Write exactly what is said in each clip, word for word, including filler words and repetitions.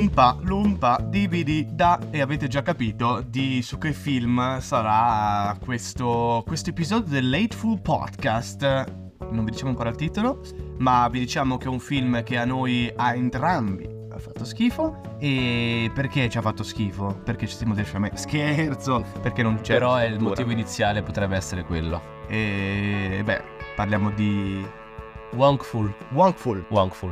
Umpa Lumpa Dibidi Da. E avete già capito di su che film sarà questo questo episodio del Hateful Podcast. Non vi diciamo ancora il titolo, ma vi diciamo che è un film che a noi a entrambi ha fatto schifo. E perché ci ha fatto schifo? Perché ci stiamo definendo. Scherzo, perché non c'è. Però è il cultura. motivo iniziale potrebbe essere quello. E beh, parliamo di Wonkful. Wonkful. Wonkful.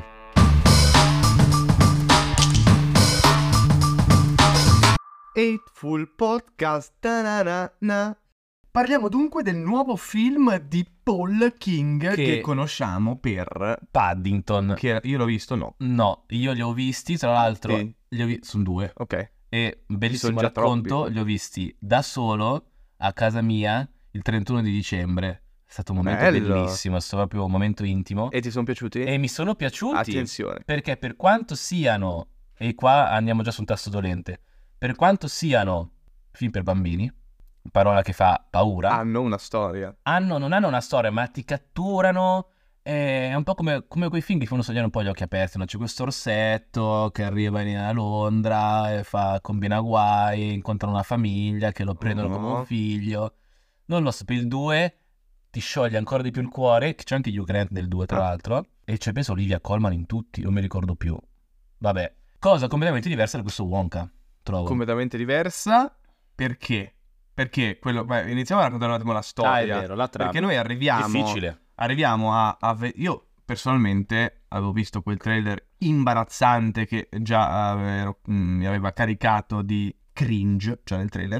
Hateful Podcast. Ta-na-na-na. Parliamo dunque del nuovo film di Paul King che, Che- conosciamo per Paddington. che io l'ho visto, no. No, io li ho visti, tra l'altro, Sì. li ho vi- sono due. Ok. E bellissimo Sono già racconto, troppi. li ho visti da solo a casa mia il trentuno di dicembre. È stato un momento Bello. bellissimo, è stato proprio un momento intimo. E ti sono piaciuti? E mi sono piaciuti. Attenzione. Perché per quanto siano, e qua andiamo già su un tasto dolente, per quanto siano film per bambini, parola che fa paura, Hanno una storia. hanno, non hanno una storia, ma ti catturano. eh, È un po' come, come quei film che fanno sognare un po' gli occhi aperti, no? C'è questo orsetto che arriva in- a Londra e fa combina guai, incontra una famiglia che lo prendono come Oh. un figlio. Non lo so, per il due ti scioglie ancora di più il cuore, che c'è anche Hugh Grant nel due tra Ah. l'altro, e c'è penso Olivia Colman in tutti, non mi ricordo più. Vabbè, cosa completamente diversa da questo Wonka, trovo. Completamente diversa. Perché? Perché quello. Beh, iniziamo a raccontare un attimo la storia. Ah, è vero, la trama. Perché noi arriviamo. Difficile. Arriviamo a, a ve- io personalmente avevo visto quel trailer imbarazzante che già avevo- mm, mi aveva caricato di cringe, cioè nel trailer,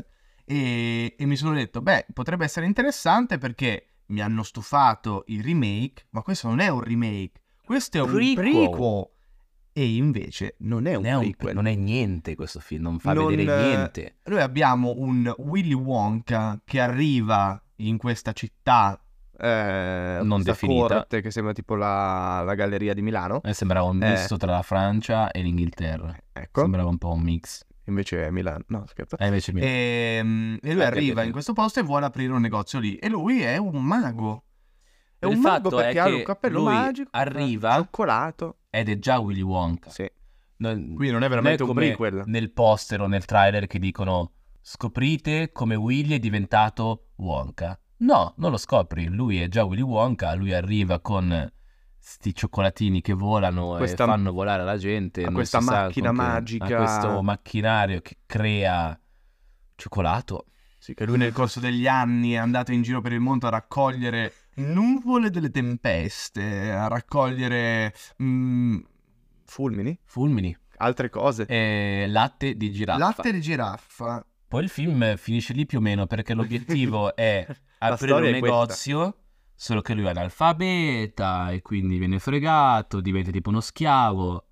e, e mi sono detto, beh, potrebbe essere interessante perché mi hanno stufato i remake, ma questo non è un remake, questo è un Prequel. prequel. E invece non è un Non è, un- prequel. non è niente questo film, non fa Non, vedere eh, niente. Noi abbiamo un Willy Wonka che arriva in questa città eh, Non questa definita. corte che sembra tipo la, la galleria di Milano. A me sembrava un Eh. misto tra la Francia e l'Inghilterra. Ecco, Sembrava un po' un mix. invece è Milano. No, scherzo. E invece mi... E, mm, e lui Eh, arriva capito. in questo posto e vuole aprire un negozio lì. E lui è un mago. È Il un mago fatto è perché ha che un cappello lui magico, arriva- cioccolato. Ed è già Willy Wonka. Sì. Non, Quindi non è non veramente è un come prequel. nel poster o nel trailer che dicono scoprite come Willy è diventato Wonka. No, non lo scopri, lui è già Willy Wonka, lui arriva con sti cioccolatini che volano Questa- e fanno volare la gente. a non questa si sa macchina con che- magica. a questo macchinario che crea cioccolato. Sì, che lui nel corso degli anni è andato in giro per il mondo a raccogliere nuvole delle tempeste, a raccogliere mm, fulmini, Fulmini altre cose. e latte di giraffa. Latte di giraffa. Poi il film finisce lì più o meno perché l'obiettivo è La aprire un storia è questa. negozio, solo che lui è analfabeta e quindi viene fregato, diventa tipo uno schiavo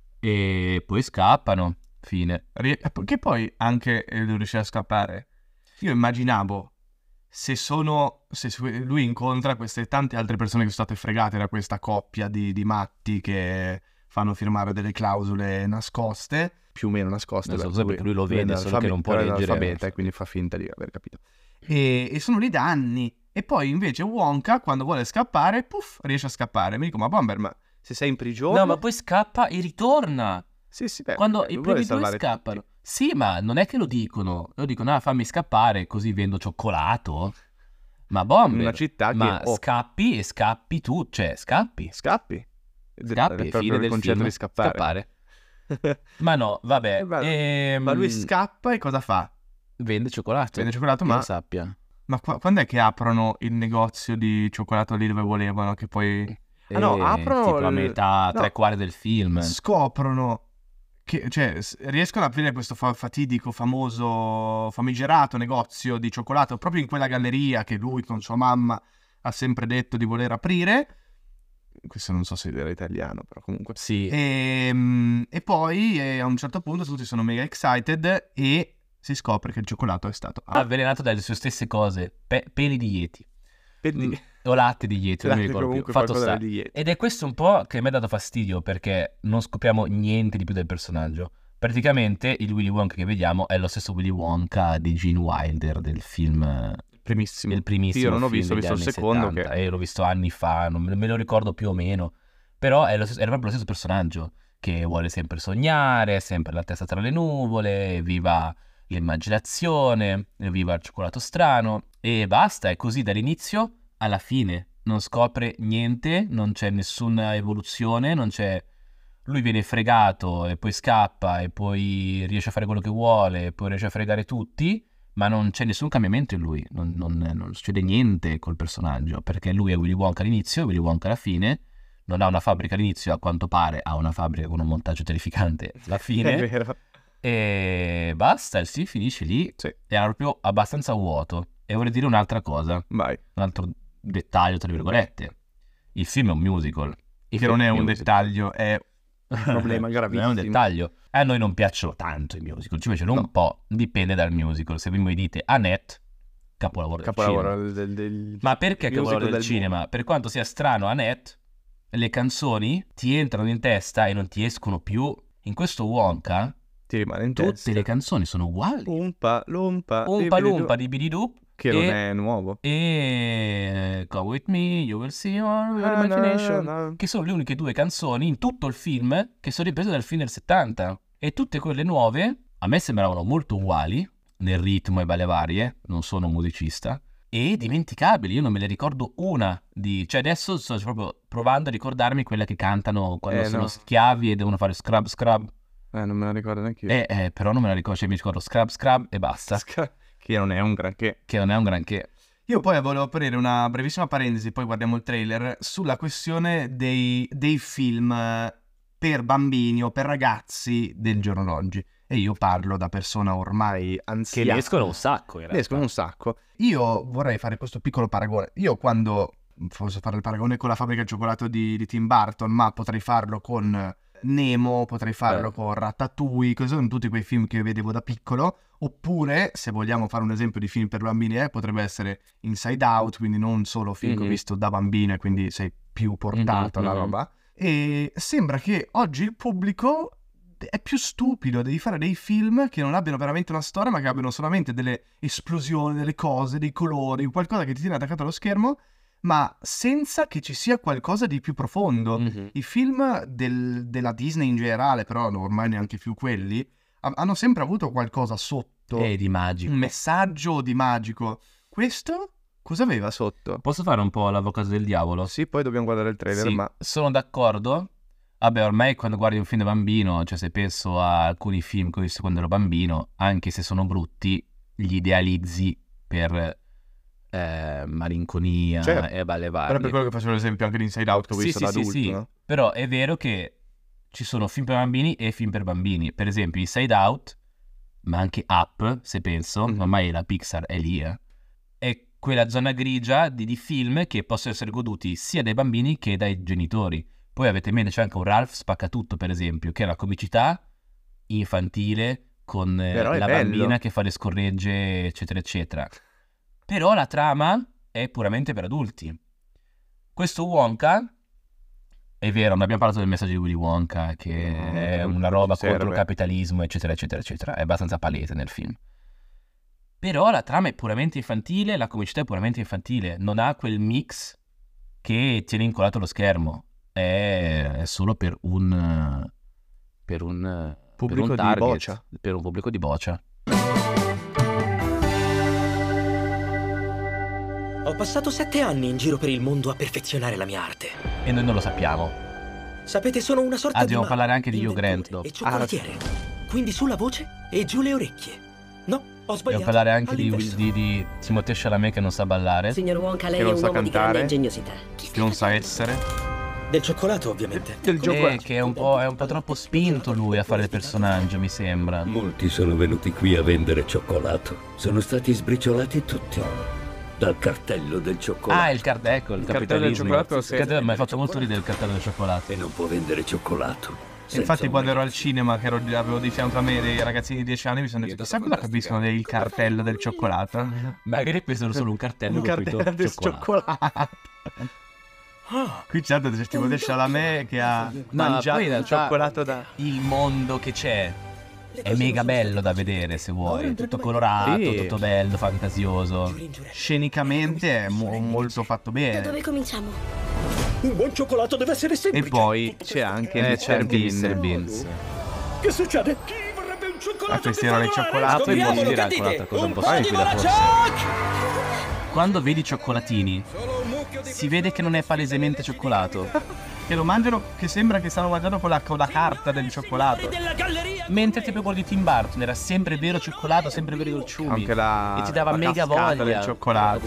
e poi scappano. Fine. Rie- Che poi anche eh, lui riesce a scappare. Io immaginavo se sono se su- lui incontra queste tante altre persone che sono state fregate da questa coppia di, di matti che fanno firmare delle clausole nascoste, più o meno nascoste. Non so beh, se perché lui lo vede, è solo che non può però è leggere. analfabeta e quindi fa finta di aver capito. E, e sono lì da anni. E poi invece Wonka, quando vuole scappare, puff, riesce a scappare. Mi dico, ma Bomber, ma se sei in prigione... No, ma poi scappa e ritorna. Sì, sì, beh, Quando lui i vuole primi due salvare scappano. tutti. Sì, ma non è che lo dicono. Lo dicono, ah, fammi scappare così vendo cioccolato. Ma bomber. Una città che... Ma oh, scappi e scappi tu, cioè scappi. scappi. Scappi, È fine proprio il del concetto film. di scappare. Ma no, vabbè. È bello. ehm, Ma lui scappa e cosa fa? vende cioccolato. Vende cioccolato, Che ma, lo sappia. ma qua- quando è che aprono il negozio di cioccolato lì dove volevano? Che poi Ah, no, Eh, aprono tipo a il- metà, no. tre quarti del film. scoprono che, cioè, s- riescono ad aprire questo fa- fatidico, famoso, famigerato negozio di cioccolato proprio in quella galleria che lui con sua mamma ha sempre detto di voler aprire. Questo non so se era italiano, però comunque. Sì. E, mm, e poi eh, a un certo punto tutti sono mega excited e si scopre che il cioccolato è stato ah, Avvelenato dalle sue stesse cose. Pe- peli di Yeti. per Mm, di- O latte di Yeti, non mi Latte ricordo più. comunque Fatto qualcosa sta. di Yeti. Ed è questo un po' che mi ha dato fastidio perché non scopriamo niente di più del personaggio. Praticamente il Willy Wonka che vediamo è lo stesso Willy Wonka di Gene Wilder del film eh, Primissimo. del primissimo Io non ho film visto, ho degli visto il anni secondo settanta, che- e l'ho visto anni fa, non me, me lo ricordo più o meno. Però è lo stesso- era proprio lo stesso personaggio che vuole sempre sognare, sempre la testa tra le nuvole, viva l'immaginazione, viva il cioccolato strano e basta, è così dall'inizio alla fine. Non scopre niente, non c'è nessuna evoluzione, non c'è... Lui viene fregato e poi scappa e poi riesce a fare quello che vuole e poi riesce a fregare tutti, ma non c'è nessun cambiamento in lui, non, non, non succede niente col personaggio, perché lui è Willy Wonka all'inizio e Willy Wonka alla fine, non ha una fabbrica all'inizio, a quanto pare ha una fabbrica con un montaggio terrificante alla fine, È vero. e basta, il film finisce lì, Sì. era proprio abbastanza vuoto. E vorrei dire un'altra cosa, Vai. un altro dettaglio tra virgolette, il film è un musical. Che non è un Musical. dettaglio, è un problema Non gravissimo. è un dettaglio. A noi non piacciono tanto i musical, ci piacciono No. un po', dipende dal musical. Se voi mi dite Annette, capolavoro del Capolavoro cinema. del, del... Ma perché musical capolavoro del, del cinema? Per quanto sia strano Annette, le canzoni ti entrano in testa e non ti escono più. In questo Wonka, Ti rimane in tutte testa. le canzoni sono uguali. Umpa, lumpa, Umpa dibididu. Lumpa di Bididu Che e, non è nuovo. e Come With Me, You Will See Your Ah, Imagination, no, no. che sono le uniche due canzoni in tutto il film che sono riprese dal film del settanta. E tutte quelle nuove a me sembravano molto uguali nel ritmo e balle varie, non sono un musicista, e dimenticabili. Io non me le ricordo una di... Cioè adesso sto proprio provando a ricordarmi quella che cantano quando Eh, sono no. schiavi e devono fare scrub scrub. Eh, non me la ricordo neanche io. Eh, eh, però non me la ricordo, cioè mi ricordo scrub scrub e basta, Che non è un granché. che non è un granché. Io poi volevo aprire una brevissima parentesi, poi guardiamo il trailer, sulla questione dei, dei film per bambini o per ragazzi del giorno d'oggi. E io parlo da persona ormai Che anziana. ne escono un sacco in Ne realtà. escono un sacco. Io vorrei fare questo piccolo paragone. Io quando posso fare il paragone con la fabbrica di cioccolato di, di Tim Burton, ma potrei farlo con Nemo, potrei farlo Beh. con Ratatouille, così sono tutti quei film che vedevo da piccolo. Oppure, se vogliamo fare un esempio di film per bambini, eh, potrebbe essere Inside Out, quindi non solo film che ho Mhm. visto da bambino e quindi sei più portato Mhm, alla mhm. roba. E sembra che oggi il pubblico è più stupido, devi fare dei film che non abbiano veramente una storia, ma che abbiano solamente delle esplosioni, delle cose, dei colori, qualcosa che ti tiene attaccato allo schermo, ma senza che ci sia qualcosa di più profondo. Mhm. I film del- della Disney in generale, però ormai neanche più quelli, ha- hanno sempre avuto qualcosa sotto, E di magico. un messaggio di magico. Questo cosa aveva sotto? Posso fare un po' l'avvocato del diavolo? Sì, poi dobbiamo guardare il trailer, Sì, ma sono d'accordo. Vabbè, ormai quando guardi un film da bambino, cioè se penso a alcuni film che ho visto quando ero bambino, anche se sono brutti, li idealizzi per eh, malinconia Certo. e balle varie. però per quello che facevo l'esempio anche di Inside Out che ho Sì, visto sì, da sì, adulto, sì. no? Però è vero che ci sono film per bambini e film per bambini. Per esempio Inside Out, ma anche Up, se penso, Mhm. ormai la Pixar è lì, eh. È quella zona grigia di, di film che possono essere goduti sia dai bambini che dai genitori. Poi avete in mente c'è anche un Ralph Spaccatutto, per esempio, che è una comicità infantile con eh, Però è la bello. bambina che fa le scorregge, eccetera, eccetera. Però la trama è puramente per adulti. Questo Wonka, è vero, non abbiamo parlato del messaggio di Willy Wonka, che No, è non una roba serve. contro il capitalismo, eccetera, eccetera, eccetera. È abbastanza palese nel film. Però la trama è puramente infantile, la comicità è puramente infantile, non ha quel mix che tiene incollato lo schermo. È, è solo per un per un Pubblico per un di target, boccia. per un pubblico di boccia. Ho passato sette anni in giro per il mondo a perfezionare la mia arte. E noi non lo sappiamo. Sapete, sono una sorta Ah, di dobbiamo mago, parlare anche di Hugh inventore Grant dopo. e cioccolatiere. Quindi su la voce e giù le orecchie. No, ho Dobbiamo sbagliato. parlare anche di, All'inverso. di, di Timothée Chalamet che non sa ballare. Signor Wonka, lei Che è non un sa uomo di cantare. grande ingegnosità. Che non sa essere. Del cioccolato, ovviamente. Del gioco. Eh, che è un, po', è un po' troppo spinto lui a fare il personaggio, mi sembra. Molti sono venuti qui a vendere cioccolato. Sono stati sbriciolati tutti. Dal cartello del cioccolato. Ah, il cartello, ecco, il, Il cartello del capitalismo. cioccolato, sì. Il cartello- mi ha fatto molto ridere il cartello del cioccolato. E non può vendere cioccolato. senza Infatti un quando ero al magazzino. cinema, che ero, avevo di fianco a me dei ragazzini di dieci anni, mi sono detto chissà cosa capiscono del cartello del cioccolato. Magari pensano solo un cartello Un con cartello scritto del cioccolato. cioccolato. Qui c'è c'è Timothée Chalamet che ha ma mangiato poi in il realtà- cioccolato da... Il mondo che c'è è mega bello da vedere, se vuoi. Tutto colorato, Sì. tutto bello, fantasioso. Scenicamente è mo- molto fatto Da bene. dove cominciamo? Un buon cioccolato deve essere E semplice. poi c'è anche Eh, mister c'è anche Bean. mister Beans. Che succede? Chi vorrebbe un cioccolato Ah, questi erano i particolare? cioccolati. Poi posso Scopriamolo, dire che anche dite? un'altra cosa un po' po' di stupida, forse. Volacek! Quando vedi i cioccolatini, si vede che non è palesemente cioccolato. Che lo mangiano, che sembra che stanno mangiando con la, con la carta del cioccolato. Della galleria. Mentre tipo quello di Tim Burton era sempre vero cioccolato, sempre veri dolciumi. Anche la, E ti dava la mega cascata voglia. del cioccolato.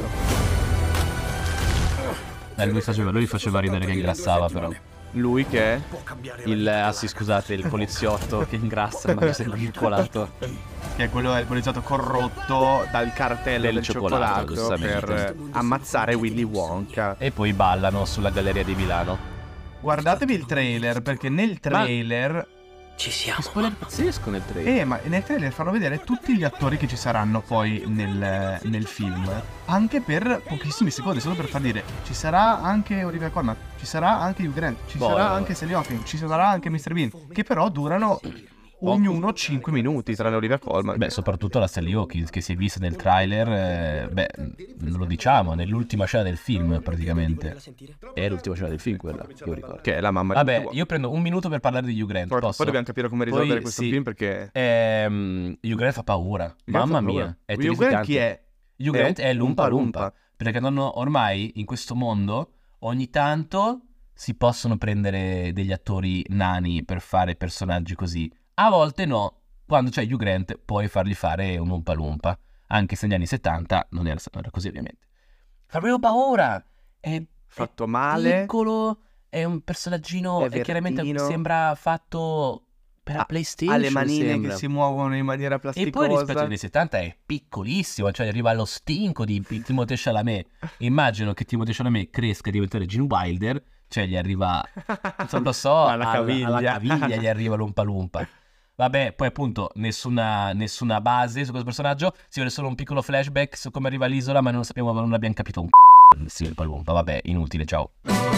Eh, lui faceva, lui faceva ridere che ingrassava però. Lui che è? Il, ah sì scusate, il poliziotto che ingrassa ma sempre cioccolato. Che è quello del poliziotto corrotto dal cartello Del del, cioccolato, cioccolato, giustamente. per ammazzare Willy Wonka. E poi ballano sulla galleria di Milano. Guardatevi il trailer, perché nel trailer... Ci siamo. Spoiler pazzesco nel trailer. Eh, ma nel trailer fanno vedere tutti gli attori che ci saranno poi nel, nel film. Anche per pochissimi secondi, solo per far dire: ci sarà anche Olivia Colman, ci sarà anche Hugh Grant, ci Boh, sarà no. anche Sally Hawkins, ci sarà anche mister Bean. Che però durano ognuno cinque minuti, tranne Olivia Colman. Beh, soprattutto la Sally Hawkins che si è vista nel trailer, eh, beh, non lo diciamo, nell'ultima scena del film praticamente. È l'ultima scena del film quella, che io ricordo. Che è la mamma Vabbè, di tuo. io prendo un minuto per parlare di Hugh Grant, Poi, posso? poi dobbiamo capire come risolvere Poi, questo sì. film, perché... Ehm, Hugh Grant fa paura, Hugh Grant mamma fa paura. mia, è Hugh Grant terrificante. chi è? Hugh È Grant un- è l'Umpa Umpa Lumpa, Lumpa. perché non, ormai in questo mondo ogni tanto si possono prendere degli attori nani per fare personaggi così, a volte no. Quando c'è Hugh Grant puoi fargli fare un Umpa Lumpa, anche se negli anni settanta non era, non era così ovviamente. Fa proprio paura, è Fatto è male. piccolo, è un personaggino È e chiaramente verdino. sembra fatto per la Ha- PlayStation. Ha le manine sembra. che si muovono in maniera E plasticosa. poi rispetto agli anni settanta è piccolissimo, cioè arriva allo stinco di di Timothée Chalamet. Immagino che Timothée Chalamet cresca a diventare Gene Wilder, cioè gli arriva, non lo so, Alla caviglia. alla caviglia gli arriva l'Umpa Lumpa. Vabbè, poi appunto nessuna, nessuna base su questo personaggio, si vede solo un piccolo flashback su come arriva all'isola, ma non sappiamo, non abbiamo capito un c***o. Sì, Umpa Lumpa, vabbè, inutile, ciao.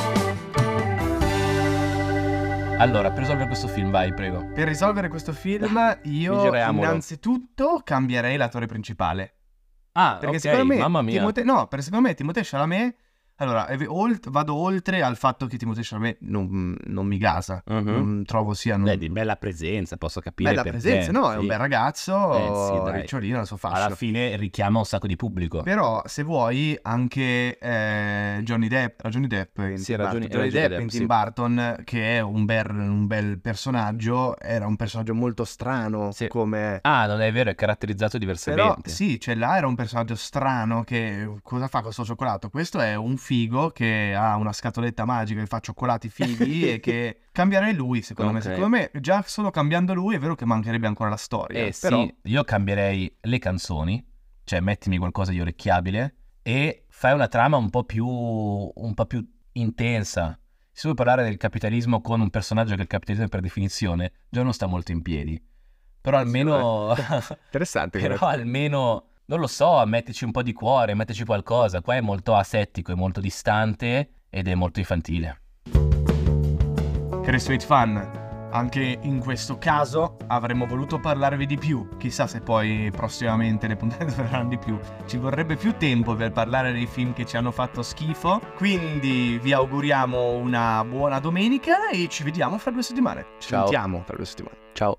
Allora, per risolvere questo film, vai, prego. Per risolvere questo film, io Miseriamolo. innanzitutto cambierei l'attore principale. Ah, Perché ok, secondo me, mamma mia. Timothée- no, perché secondo me Timothée Chalamet. Allora, ev- olt- vado oltre al fatto che Timothée Chalamet non, non mi gasa. Mhm. Non trovo sia. Non... Beh, di bella presenza, posso capire Bella perché. presenza, no? È sì. un bel ragazzo, Eh, sì, dai. ricciolino, al suo fascio. Alla fine richiama un sacco di pubblico. Però, se vuoi, anche eh, Johnny Depp, era Johnny Depp in Sì, Tim era Burton. Johnny- Johnny era Johnny Depp in Depp, Tim sì. Burton, che è un bel, un bel personaggio, era un personaggio molto strano, Sì. come... Ah, non è vero, è caratterizzato Però diversamente. sì, cioè là era un personaggio strano che cosa fa questo cioccolato? Questo è un figo che ha una scatoletta magica che fa cioccolati fighi e che cambierei lui, secondo Ok. me. Secondo me già solo cambiando lui è vero che mancherebbe ancora la storia. Eh però sì, io cambierei le canzoni, cioè mettimi qualcosa di orecchiabile e fai una trama un po' più un po' più intensa. Se vuoi parlare del capitalismo con un personaggio che il capitalismo per definizione già non sta molto in piedi. Però almeno interessante. però almeno non lo so, mettici un po' di cuore, mettici qualcosa. Qua è molto asettico, è molto distante ed è molto infantile. Cari Sweet Fan, anche in questo caso avremmo voluto parlarvi di più. Chissà se poi prossimamente le puntate verranno di più. Ci vorrebbe più tempo per parlare dei film che ci hanno fatto schifo. Quindi vi auguriamo una buona domenica e ci vediamo fra due settimane. Ci Ciao. sentiamo fra due settimane. Ciao.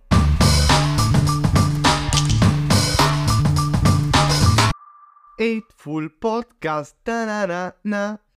Eightful Podcast. Ta-na-na-na.